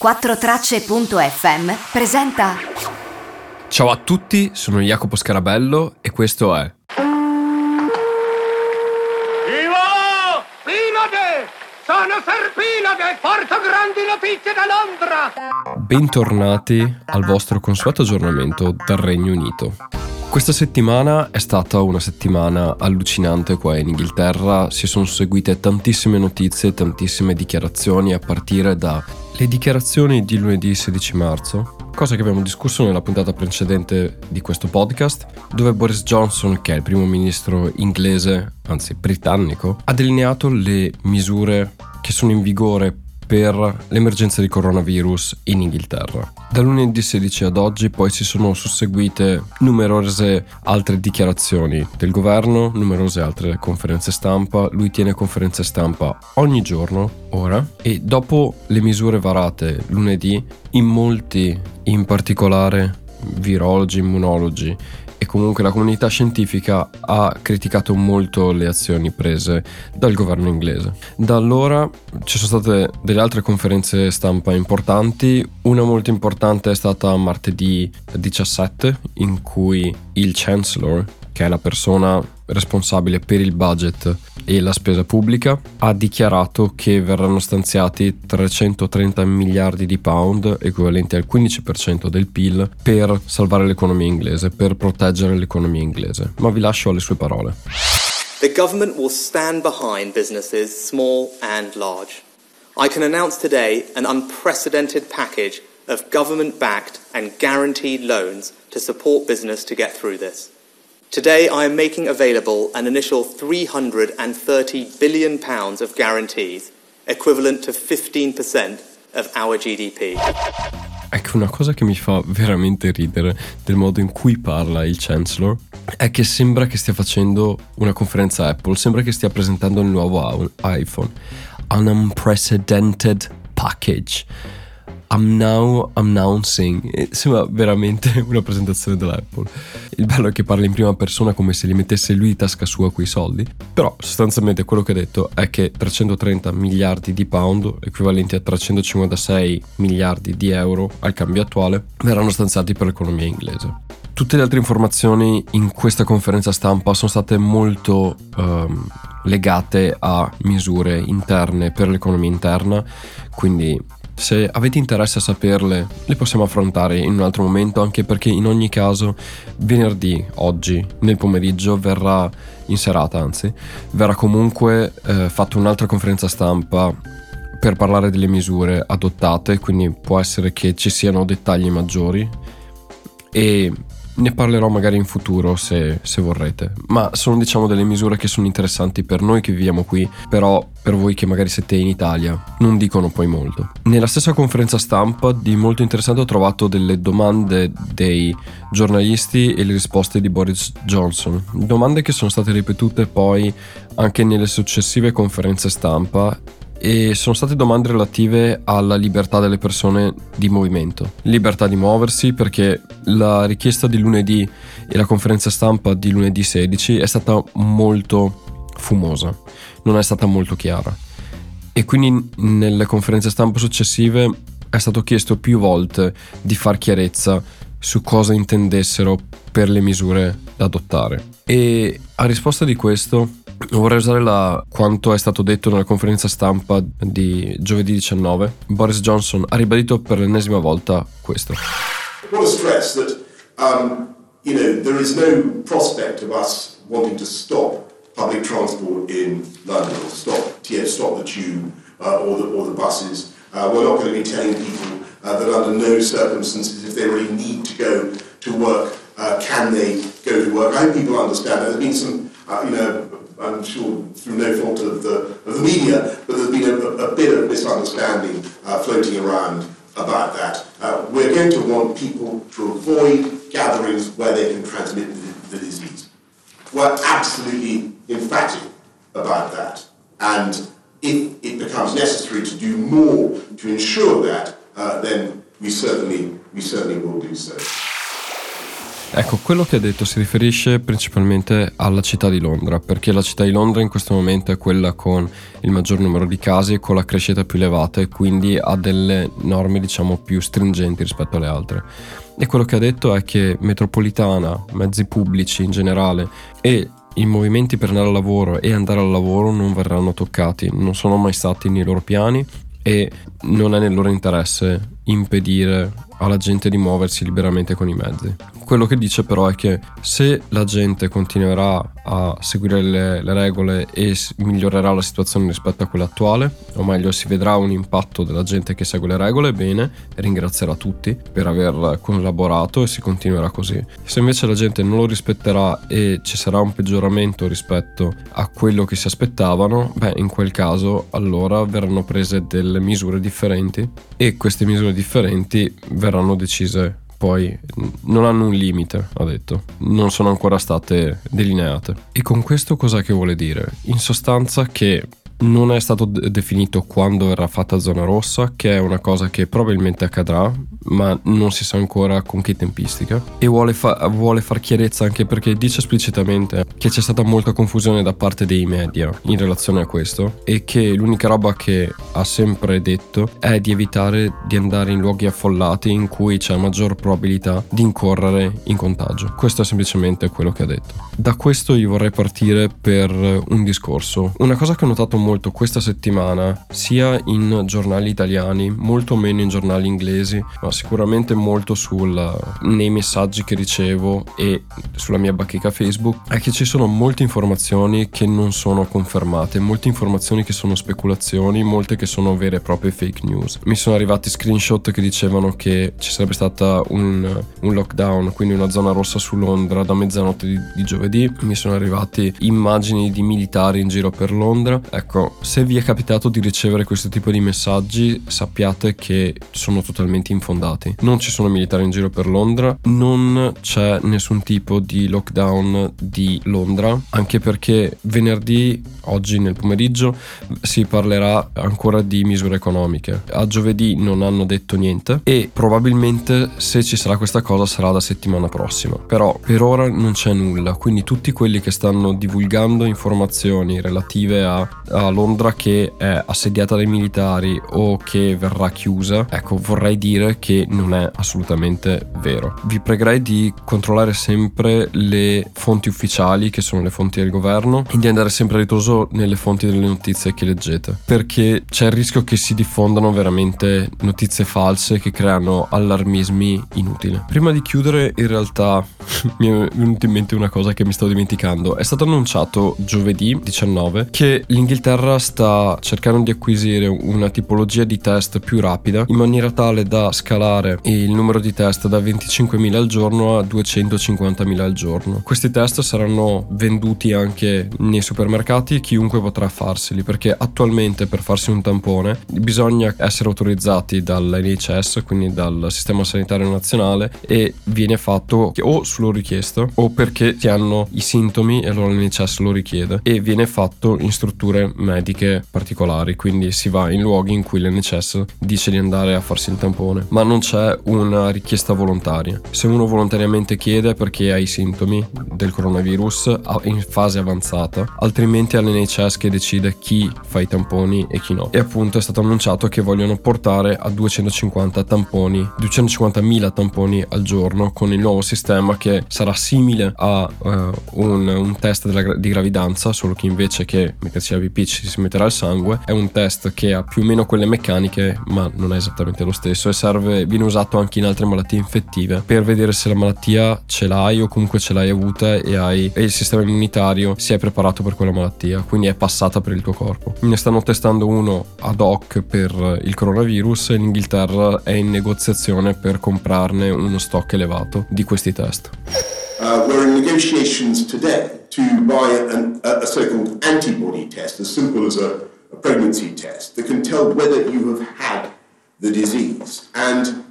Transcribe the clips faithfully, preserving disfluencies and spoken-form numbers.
quattro tracce punto effe emme presenta. Ciao a tutti, sono Jacopo Scarabello e questo è Vivo! Pinade! Sono Serpinade! Porto grandi notizie da Londra! bentornati al vostro consueto aggiornamento dal Regno Unito. Questa settimana è stata una settimana allucinante qua in Inghilterra, si sono seguite tantissime notizie, tantissime dichiarazioni a partire dalle dichiarazioni di lunedì sedici marzo, cosa che abbiamo discusso nella puntata precedente di questo podcast, dove Boris Johnson, che è il primo ministro inglese, anzi britannico, ha delineato le misure che sono in vigore per l'emergenza di coronavirus in Inghilterra. Da lunedì sedici ad oggi poi si sono susseguite numerose altre dichiarazioni del governo, numerose altre conferenze stampa. Lui tiene conferenze stampa ogni giorno ora, e dopo le misure varate lunedì, in molti, in particolare virologi, immunologi e comunque la comunità scientifica, ha criticato molto le azioni prese dal governo inglese. Da allora ci sono state delle altre conferenze stampa importanti. Una molto importante è stata martedì diciassette, in cui il Chancellor, che è la persona responsabile per il budget e la spesa pubblica, ha dichiarato che verranno stanziati trecentotrenta miliardi di pound, equivalenti al quindici per cento del P I L, per salvare l'economia inglese, per proteggere l'economia inglese. Ma vi lascio alle sue parole. The government will stand behind businesses small and large. I can announce today an unprecedented package of government-backed and guaranteed loans to support business to get through this. Today I am making available an initial three hundred thirty billion pounds of guarantees, equivalent to fifteen percent of our G D P. Ecco, una cosa che mi fa veramente ridere del modo in cui parla il Chancellor è che sembra che stia facendo una conferenza Apple, sembra che stia presentando il nuovo iPhone. An unprecedented package. I'm now announcing. Sembra veramente una presentazione dell'Apple. Il bello è che parla in prima persona come se li mettesse lui in tasca sua quei soldi. Però sostanzialmente quello che ha detto è che trecentotrenta miliardi di pound, equivalenti a trecentocinquantasei miliardi di euro al cambio attuale, verranno stanziati per l'economia inglese. Tutte le altre informazioni in questa conferenza stampa sono state molto um, legate a misure interne per l'economia interna, quindi se avete interesse a saperle, le possiamo affrontare in un altro momento, anche perché in ogni caso venerdì, oggi, nel pomeriggio, verrà, in serata anzi, verrà comunque eh, fatta un'altra conferenza stampa per parlare delle misure adottate, quindi può essere che ci siano dettagli maggiori e ne parlerò magari in futuro se, se vorrete, ma sono, diciamo, delle misure che sono interessanti per noi che viviamo qui, però per voi che magari siete in Italia non dicono poi molto. Nella stessa conferenza stampa di molto interessante ho trovato delle domande dei giornalisti e le risposte di Boris Johnson, domande che sono state ripetute poi anche nelle successive conferenze stampa, e sono state domande relative alla libertà delle persone di movimento, libertà di muoversi, perché la richiesta di lunedì e la conferenza stampa di lunedì sedici è stata molto fumosa, non è stata molto chiara, e quindi nelle conferenze stampa successive è stato chiesto più volte di far chiarezza su cosa intendessero per le misure da adottare. E a risposta di questo vorrei usare la, quanto è stato detto nella conferenza stampa di giovedì diciannove. Boris Johnson ha ribadito per l'ennesima volta questo. I want to stress that um, you know, there is no prospect of us wanting to stop public transport in London, or stop, you know, stop the tube uh, or, the, or the buses. Uh, we're not going to be telling people uh, that under no circumstances, if they really need to go to work, uh, can they go to work. I hope people understand that. There's been some, uh, you know, I'm sure through no fault of the, of the media, but there's been a, a bit of misunderstanding uh, floating around about that. Uh, we're going to want people to avoid gatherings where they can transmit the, the disease. We're absolutely emphatic about that. And if it becomes necessary to do more to ensure that, uh, then we certainly, we certainly will do so. Ecco, quello che ha detto si riferisce principalmente alla città di Londra, perché la città di Londra in questo momento è quella con il maggior numero di casi e con la crescita più elevata, e quindi ha delle norme diciamo più stringenti rispetto alle altre. E quello che ha detto è che metropolitana, mezzi pubblici in generale e i movimenti per andare al lavoro e andare al lavoro non verranno toccati, non sono mai stati nei loro piani e non è nel loro interesse impedire alla gente di muoversi liberamente con i mezzi. Quello che dice però è che se la gente continuerà a seguire le, le regole e migliorerà la situazione rispetto a quella attuale, o meglio si vedrà un impatto della gente che segue le regole, bene, ringrazierà tutti per aver collaborato e si continuerà così. Se invece la gente non lo rispetterà e ci sarà un peggioramento rispetto a quello che si aspettavano, beh, in quel caso allora verranno prese delle misure differenti e queste misure differenti verranno decise, poi non hanno un limite, ha detto, non sono ancora state delineate. E con questo cosa che vuole dire? In sostanza che non è stato d- definito quando verrà fatta zona rossa, che è una cosa che probabilmente accadrà, ma non si sa ancora con che tempistica, e vuole, fa- vuole far chiarezza anche perché dice esplicitamente che c'è stata molta confusione da parte dei media in relazione a questo e che l'unica roba che ha sempre detto è di evitare di andare in luoghi affollati in cui c'è maggior probabilità di incorrere in contagio. Questo è semplicemente quello che ha detto. Da questo io vorrei partire per un discorso, una cosa che ho notato molto questa settimana sia in giornali italiani, molto meno in giornali inglesi, ma sicuramente molto sul, nei messaggi che ricevo e sulla mia bacheca Facebook, è che ci sono molte informazioni che non sono confermate, molte informazioni che sono speculazioni, molte che sono vere e proprie fake news. Mi sono arrivati screenshot che dicevano che ci sarebbe stata un, un lockdown, quindi una zona rossa su Londra da mezzanotte di, di giovedì. Mi sono arrivati immagini di militari in giro per Londra. Ecco, se vi è capitato di ricevere questo tipo di messaggi, sappiate che sono totalmente infondati. Non ci sono militari in giro per Londra, non c'è nessun tipo di lockdown di Londra, anche perché venerdì, oggi nel pomeriggio, si parlerà ancora di misure economiche. A giovedì non hanno detto niente e probabilmente se ci sarà questa cosa sarà la settimana prossima. Però per ora non c'è nulla, quindi tutti quelli che stanno divulgando informazioni relative a, a Londra che è assediata dai militari o che verrà chiusa, ecco, vorrei dire che non è assolutamente vero. Vi pregherei di controllare sempre le fonti ufficiali, che sono le fonti del governo, e di andare sempre a ritroso nelle fonti delle notizie che leggete, perché c'è il rischio che si diffondano veramente notizie false che creano allarmismi inutili. Prima di chiudere, in realtà mi è venuta in mente una cosa che mi stavo dimenticando. È stato annunciato giovedì diciannove che l'Inghilterra sta cercando di acquisire una tipologia di test più rapida in maniera tale da scalare il numero di test da venticinquemila al giorno a duecentocinquantamila al giorno. Questi test saranno venduti anche nei supermercati e chiunque potrà farseli, perché attualmente per farsi un tampone bisogna essere autorizzati dall'N H S, quindi dal Sistema Sanitario Nazionale, e viene fatto o su loro richiesta o perché si hanno i sintomi e allora l'N H S lo richiede, e viene fatto in strutture mediche particolari, quindi si va in luoghi in cui l'N H S dice di andare a farsi il tampone, ma non c'è una richiesta volontaria. Se uno volontariamente chiede perché ha i sintomi del coronavirus in fase avanzata, altrimenti è l'N H S che decide chi fa i tamponi e chi no. E appunto è stato annunciato che vogliono portare a duecentocinquanta tamponi, duecentocinquantamila tamponi al giorno, con il nuovo sistema che sarà simile a uh, un, un test della, di gravidanza, solo che invece che mettersi la V P ci si metterà il sangue. È un test che ha più o meno quelle meccaniche, ma non è esattamente lo stesso, e serve, viene usato anche in altre malattie infettive per vedere se la malattia ce l'hai o comunque ce l'hai avuta e hai e il sistema immunitario si è preparato per quella malattia, quindi è passata per il tuo corpo. Ne stanno testando uno ad hoc per il coronavirus e l'Inghilterra è in negoziazione per comprarne uno stock elevato di questi test. Uh, we're in negotiations today to buy an, a, a so-called antibody test, as simple as a, a pregnancy test, that can tell whether you have had the disease. And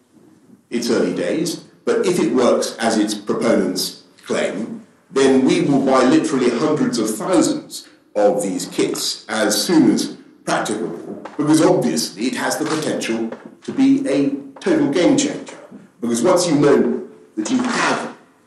it's early days, but if it works as its proponents claim, then we will buy literally hundreds of thousands of these kits as soon as practicable, because obviously it has the potential to be a total game changer. Because once you know that you have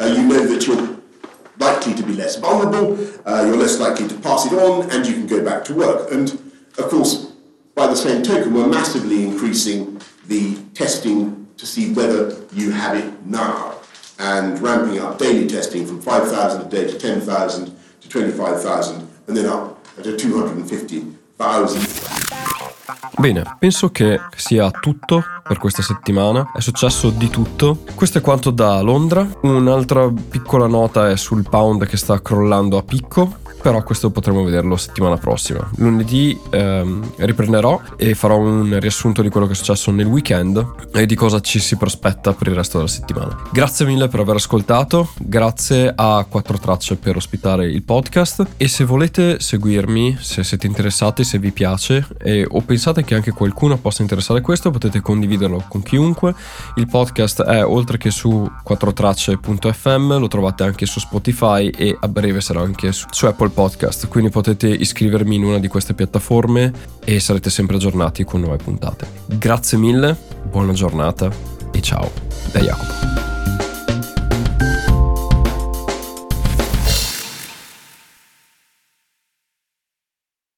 you know that you're likely to be less vulnerable, uh, you're less likely to pass it on, and you can go back to work. And of course, by the same token, we're massively increasing the testing to see whether you have it now, and ramping up daily testing from five thousand a day to ten thousand to twenty-five thousand, and then up to two hundred fifty thousand. Bene, penso che sia tutto per questa settimana. È successo di tutto. Questo è quanto da Londra. Un'altra piccola nota è sul pound che sta crollando a picco, però questo potremo vederlo settimana prossima. Lunedì ehm, riprenderò e farò un riassunto di quello che è successo nel weekend e di cosa ci si prospetta per il resto della settimana. Grazie mille per aver ascoltato, grazie a Quattro Tracce per ospitare il podcast, e se volete seguirmi, se siete interessati, se vi piace e, o pensate che anche qualcuno possa interessare questo, potete condividerlo con chiunque. Il podcast è, oltre che su quattro tracce punto effe emme, lo trovate anche su Spotify e a breve sarà anche su, su Apple Podcast, quindi potete iscrivermi in una di queste piattaforme e sarete sempre aggiornati con nuove puntate. Grazie mille, buona giornata e ciao da Jacopo.